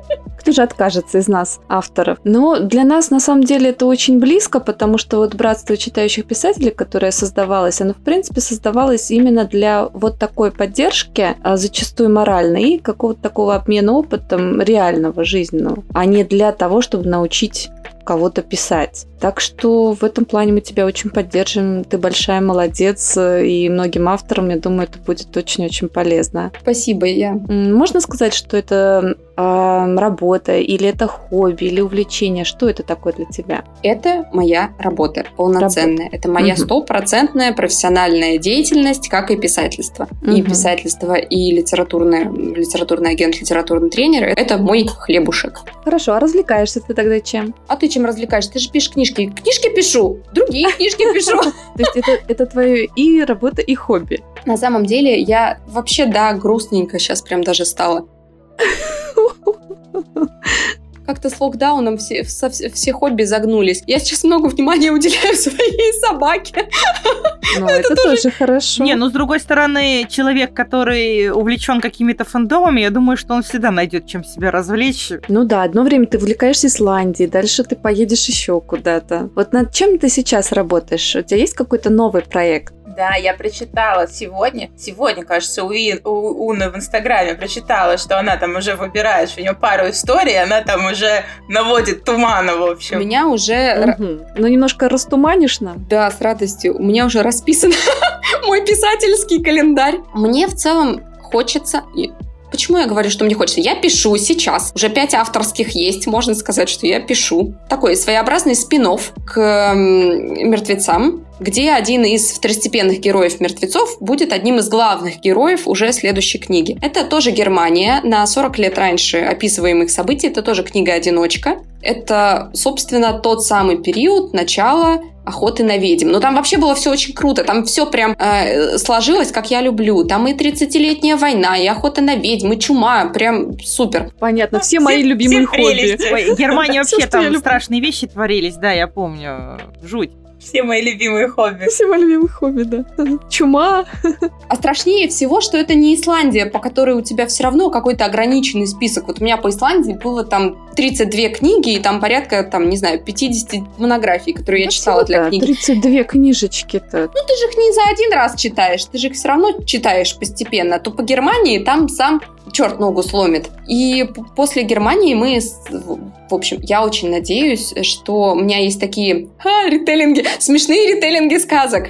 тоже откажется из нас, авторов. Но для нас, на самом деле, это очень близко, потому что вот братство читающих писателей, которое создавалось, оно, в принципе, создавалось именно для вот такой поддержки, зачастую моральной, и какого-то такого обмена опытом реального, жизненного, а не для того, чтобы научить кого-то писать. Так что в этом плане мы тебя очень поддерживаем. Ты большая молодец, и многим авторам, я думаю, это будет очень-очень полезно. Спасибо, я. Можно сказать, что это э, работа, или это хобби, или увлечение? Что это такое для тебя? Это моя работа полноценная. Работа. Это моя стопроцентная профессиональная деятельность, как и писательство. Угу. И писательство, и литературное, литературный агент, литературный тренер. Это мой хлебушек. Хорошо, а развлекаешься ты тогда чем? А ты чем развлекаешься? Ты же пишешь книжки. Книжки пишу, другие книжки пишу. То есть это, это твое и работа, и хобби? На самом деле я вообще, да, грустненько сейчас прям даже стала. Как-то с локдауном все, все, все хобби загнулись. Я сейчас много внимания уделяю своей собаке. Ну, это, это тоже... тоже хорошо. Не, ну, с другой стороны, человек, который увлечен какими-то фандомами, я думаю, что он всегда найдет, чем себя развлечь. Ну да, одно время ты увлекаешься Исландией, дальше ты поедешь еще куда-то. Вот над чем ты сейчас работаешь? У тебя есть какой-то новый проект? Да, я прочитала сегодня, сегодня, кажется, у, И, у Уны в Инстаграме прочитала, что она там уже выбирает, что у нее пару историй, она там уже наводит тумана, в общем. У меня уже... Угу. Ну, немножко растуманишь нам? Да, с радостью. У меня уже расписан мой писательский календарь. Мне в целом хочется... Почему я говорю, что мне хочется? Я пишу сейчас. Уже пять авторских есть. Можно сказать, что я пишу. Такой своеобразный спин-офф к мертвецам, где один из второстепенных героев мертвецов будет одним из главных героев уже следующей книги. Это тоже Германия, на сорок лет раньше описываемых событий. Это тоже книга-одиночка. Это, собственно, тот самый период начала охоты на ведьм. Но там вообще было все очень круто. Там все прям э, сложилось, как я люблю. Там и тридцатилетняя война, и охота на ведьм, и чума. Прям супер. Понятно. Все, все мои любимые все хобби. Ой, Германия вообще там страшные вещи творились. Да, я помню. Жуть. Все мои любимые хобби. Все мои любимые хобби, да. Чума. А страшнее всего, что это не Исландия, по которой у тебя все равно какой-то ограниченный список. Вот у меня по Исландии было там тридцать две книги, и там порядка, там, не знаю, пятьдесят монографий, которые я читала для да, книги. тридцать две книжечки-то. Ну, ты же их не за один раз читаешь, ты же их все равно читаешь постепенно. То по Германии там сам черт ногу сломит. И после Германии мы... В общем, я очень надеюсь, что у меня есть такие ха, ритейлинги, смешные ритейлинги сказок,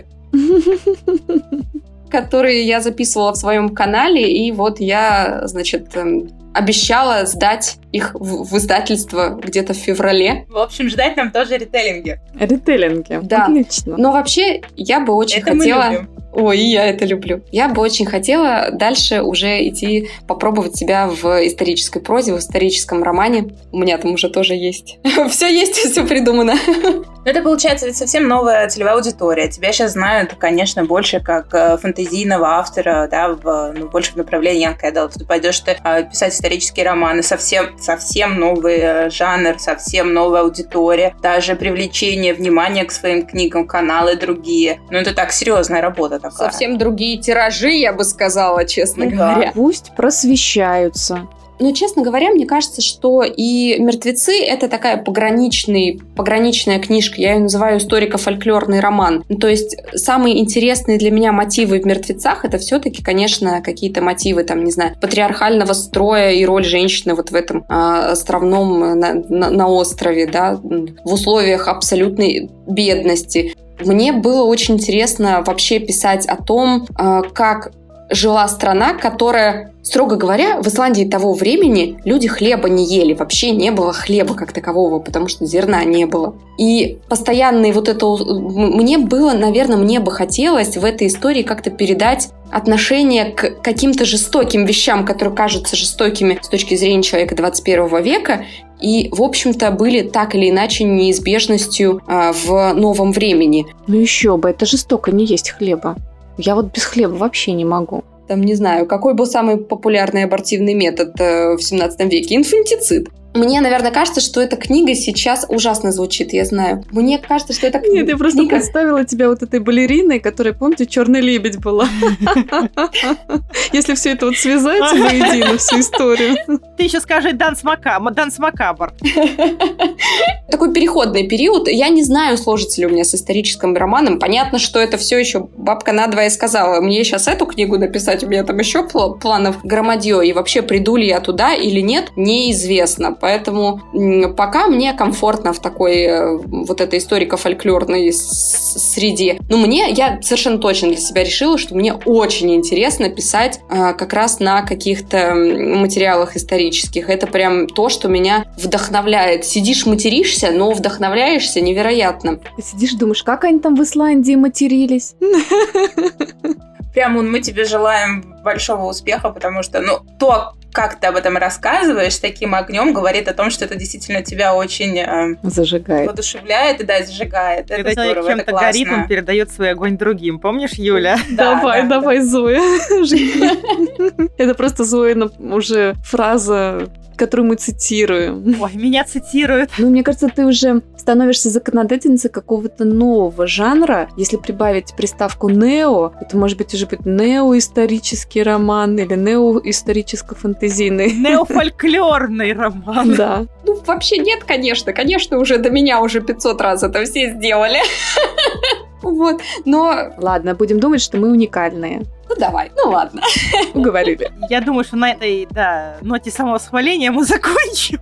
которые я записывала в своем канале, и вот я, значит, обещала сдать их в, в издательство где-то в феврале. В общем, ждать нам тоже ритейлинги. Ритейлинги, да. Отлично. Но вообще, я бы очень это хотела... Ой, я это люблю. Я бы очень хотела дальше уже идти попробовать себя в исторической прозе, в историческом романе. У меня там уже тоже есть. Все есть, все придумано. Это, получается, ведь совсем новая целевая аудитория. Тебя сейчас знают, конечно, больше как фэнтезийного автора, да, в, ну, больше в направлении Young Adult. Ты пойдешь ты, писать исторические романы. Совсем, совсем новый жанр, совсем новая аудитория. Даже привлечение внимания к своим книгам, каналы другие. Ну, это так, серьезная работа такая. Совсем другие тиражи, я бы сказала, честно ну, говоря. Да. Пусть просвещаются. Но, честно говоря, мне кажется, что и «Мертвецы» — это такая пограничный, пограничная книжка. Я ее называю историко-фольклорный роман. Ну, то есть самые интересные для меня мотивы в «Мертвецах» — это все-таки, конечно, какие-то мотивы, там, не знаю, патриархального строя и роль женщины вот в этом э, островном на, на, на острове, да, в условиях абсолютной бедности. Мне было очень интересно вообще писать о том, э, как жила страна, которая, строго говоря, в Исландии того времени люди хлеба не ели. Вообще не было хлеба как такового, потому что зерна не было. И постоянный вот это... Мне было, наверное, мне бы хотелось в этой истории как-то передать отношение к каким-то жестоким вещам, которые кажутся жестокими с точки зрения человека двадцать первого века, и, в общем-то, были так или иначе неизбежностью э, в новом времени. Ну еще бы, это жестоко не есть хлеба. Я вот без хлеба вообще не могу. Там, не знаю, какой был самый популярный абортивный метод э, в семнадцатом веке? Инфантицид. мне, наверное, кажется, что эта книга сейчас ужасно звучит, я знаю. Мне кажется, что это книга... Нет, я просто представила тебя вот этой балериной, которая, помните, «Черный лебедь» была. Если все это вот связать воедино, всю историю. Ты еще скажи «Данс Макабр». Данс Макабр. Такой переходный период. Я не знаю, сложится ли у меня с историческим романом. Понятно, что это все еще бабка надвое сказала. Мне сейчас эту книгу написать, у меня там еще планов громадье. И вообще, приду ли я туда или нет, неизвестно. Поэтому пока мне комфортно в такой вот этой историко-фольклорной среде. Но мне, я совершенно точно для себя решила, что мне очень интересно писать а, как раз на каких-то материалах исторических. Это прям то, что меня вдохновляет. Сидишь, материшься, но вдохновляешься невероятно. Ты сидишь, думаешь, как они там в Исландии матерились? Прям мы тебе желаем большого успеха, потому что, ну, то, как ты об этом рассказываешь с таким огнем, говорит о том, что это действительно тебя очень э, зажигает, воодушевляет и да, зажигает. Это здорово, это классно. Горит, он передает свой огонь другим. Помнишь, Юля? Давай, давай, Зоя. Это просто Зоина уже фраза, которую мы цитируем. Ой, меня цитируют. Ну, мне кажется, ты уже становишься законодательницей какого-то нового жанра. Если прибавить приставку «нео», это может быть уже будет неоисторический роман или неоисторическо-фантазийный. Неофольклорный роман. Да. Ну, вообще нет, конечно. Конечно, уже до меня уже пятьсот раз это все сделали. Вот, но... Ладно, будем думать, что мы уникальные. Ну, давай, ну ладно. Уговорили. Я думаю, что на этой, да, ноте самовосхваления мы закончим.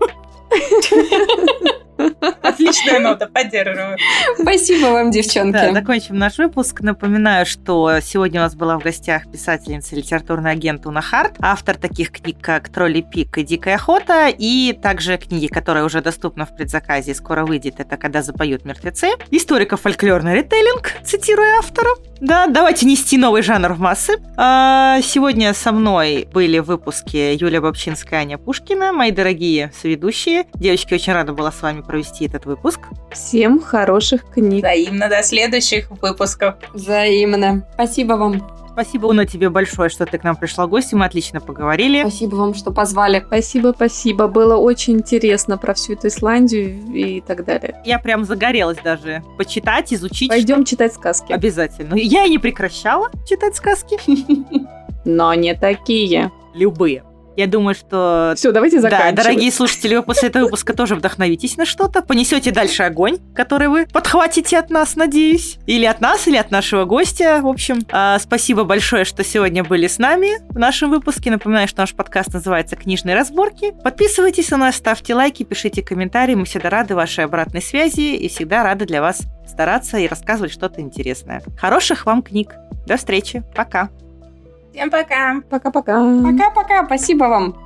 Отличная нота, поддерживаю. Спасибо вам, девчонки. Да, закончим наш выпуск. Напоминаю, что сегодня у нас была в гостях писательница и литературный агент Уна Харт, автор таких книг, как «Тролли Пик» и «Дикая охота», и также книги, которая уже доступна в предзаказе и скоро выйдет, это «Когда запоют мертвецы», историко-фольклорный ритейлинг, цитируя автора. Да, давайте нести новый жанр в массы. А, сегодня со мной были в выпуске Юлия Бобчинская, Аня Пушкина, мои дорогие соведущие. Девочки, очень рада была с вами провести этот выпуск. Всем хороших книг. Взаимно, до следующих выпусков. Взаимно. Спасибо вам. Спасибо, Уна, тебе большое, что ты к нам пришла в гости. Мы отлично поговорили. Спасибо вам, что позвали. Спасибо, спасибо. Было очень интересно про всю эту Исландию и так далее. Я прям загорелась даже почитать, изучить. Пойдем что... читать сказки. Обязательно. Я и не прекращала читать сказки. Но не такие. Любые. Я думаю, что... Все, давайте заканчивать. Да, дорогие слушатели, вы после этого выпуска тоже вдохновитесь на что-то, понесете дальше огонь, который вы подхватите от нас, надеюсь. Или от нас, или от нашего гостя. В общем, спасибо большое, что сегодня были с нами в нашем выпуске. Напоминаю, что наш подкаст называется «Книжные разборки». Подписывайтесь на нас, ставьте лайки, пишите комментарии. Мы всегда рады вашей обратной связи и всегда рады для вас стараться и рассказывать что-то интересное. Хороших вам книг. До встречи. Пока. Всем пока. Пока-пока. Пока-пока. Спасибо вам.